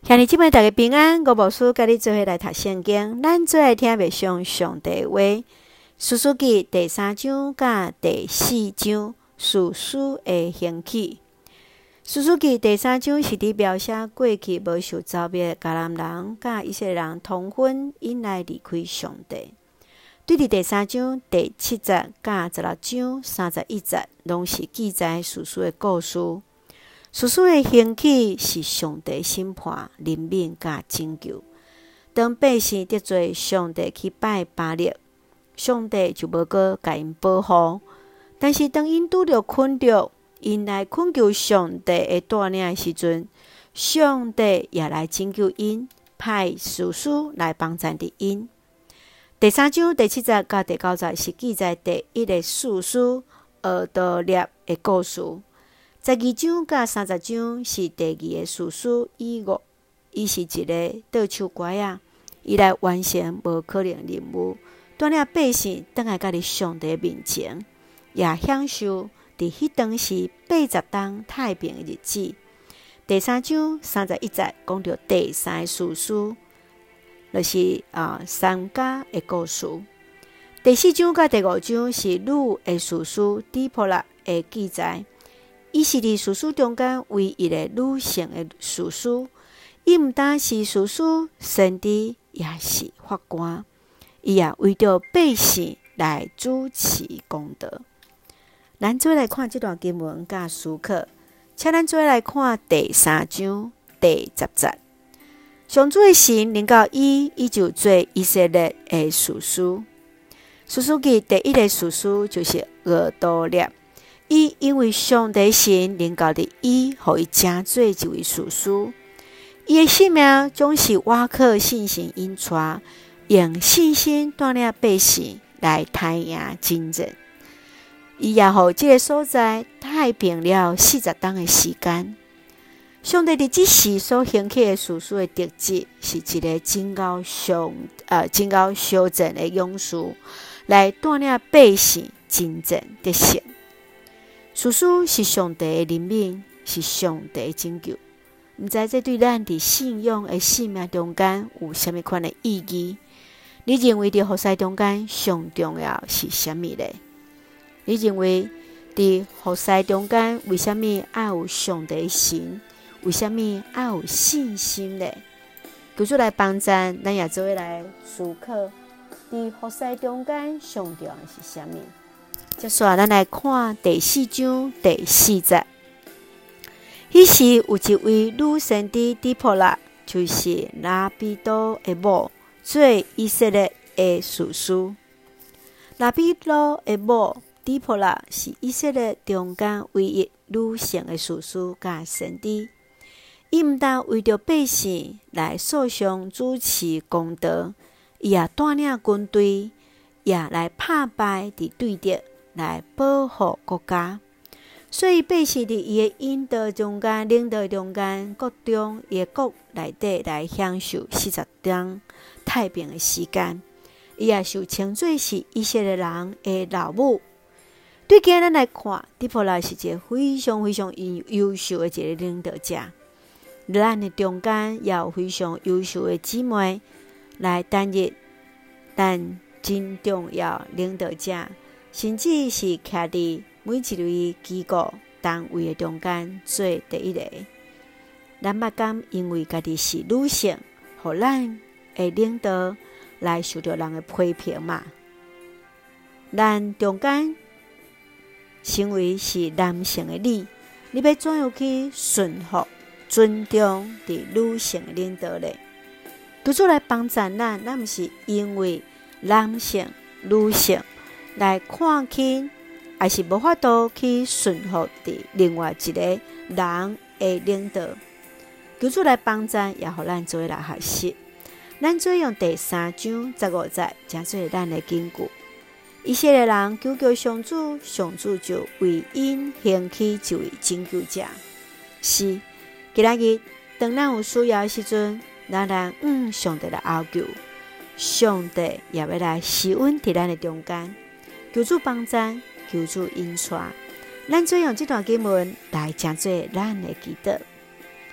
兄弟姊妹大家平安，我牧师甲你做伙来读圣经，咱做来听默想上帝话。士师记第3章甲第4章，士师的兴起。士师记第3章是伫描写过去无受召灭的迦南人甲以色列人通婚引来离开上帝。对伫第3章第7节甲16章31节，拢是记载士师的故事。士师的兴起是上帝审判、怜悯甲拯救。当百姓得罪上帝去拜巴力，上帝就无搁甲因保护。但是当因拄着困着，因来恳求上帝的带领的时阵，上帝也来拯救因，派士师来帮助伫因。第3章第7节到第9节是记载第一个士师俄多列的故事。12章甲30章是第2个士师以俄，伊是一个倒手乖仔，伊来完成无可能任务，带领百姓倒来家己上帝面前，也享受伫迄当时80天太平的日子。第3章31节讲到第3个士师，就是三家的故事。第4章甲第5章是女的士师底波拉的记载。伊是伫士师中间唯一的女性的士师，伊毋但是士师、先知，也是法官。伊也为着百姓来主持公道。咱做来看这段经文甲思考，请咱做来看第3章第10节。上主的神领到伊就做以色列的士师。士师记第一个士师就是俄多列。伊因为上帝神领到的伊，互伊成做一位士师。伊的性命总是倚靠信心引出，用信心带领百姓来太赢征战。伊也互这个所在太平了40天的时间。上帝伫即时所兴起的士师的特质，是一个真高小战的勇士，来带领百姓征战得胜。士师是上帝的怜悯，是上帝的拯救。毋知这对咱伫信仰的生命中间有啥物款的意义？你认为伫服侍中间上重要是啥物呢？你认为伫服侍中间为啥物爱有上帝的神？为啥物爱有信心呢？求主来帮助咱，也做来思考伫服侍中间上重要是啥物？接下来咱来看第4章第4节。迄时有一位女先知底波拉，就是拉比多的某，做以色列的士师。拉比多的某底波拉是以色列中间唯一女性的士师甲先知。伊毋但为着百姓来诉上主持公道，伊也带领军队，也来拍败伫对敌，来保护国家。所以百姓伫伊的引导中间、领导中间、国中伊的国内底来享受40天太平的时间。伊也受称作是以色列人的老母。对今咱来看，底波拉是一个非常优秀的一个领导者。咱的中间也有非常优秀的姊妹来担任咱真重要领导者，甚至是徛伫每一类机构单位的中间做第一个。咱捌敢因为家己是女性，互咱的领导来受到人的批评嘛？咱中间成为是男性的你要怎样去顺服、尊重伫女性的领导呢？求主来帮助咱毋是因为男性、女性来看轻，还是无法度去顺服伫另外一个人的领导。求主来帮助，也互咱做来学习。咱做用第3章15节，诚做咱的根据。以色列人求救上主，上主就为因兴起一位拯救者。是，今仔日当咱有需要的时阵，咱来上帝来求救，上帝也要来施恩伫咱的中间。求主帮助，求主引带。咱做用这段经文来诚做咱的祈祷。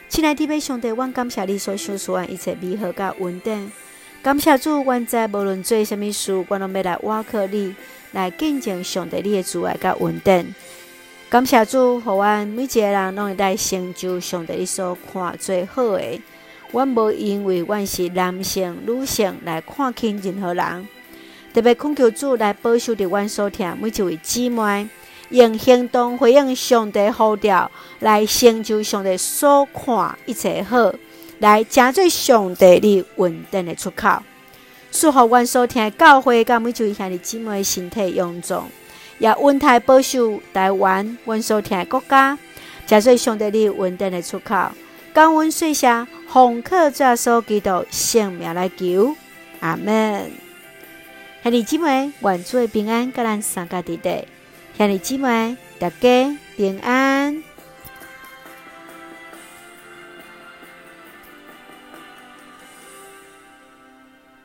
亲爱的弟兄弟，阮感谢你所想所愿一切美好甲稳定。感谢主，阮知无论做什么事，阮拢要来倚靠你，来见证上帝你的慈爱甲稳定。感谢主，互阮每一个人拢会来成就上帝你所看最好的。阮无因为阮是男性、女性来看轻任何人，特别恳求主来保守着阮所听每一位姊妹，用行动回应上帝呼召，来成就上帝所看一切好，来成做上帝你稳定的出口。祝福阮所听的教会甲每一位兄弟姊妹身体勇壮，也稳泰保守台湾阮所听的国家，成做上帝你稳定的出口。感恩岁谢，奉靠主耶稣基督圣名来求，阿门。兄弟姊妹，愿主的平安甲咱三家伫地。兄弟姊妹，大家平安。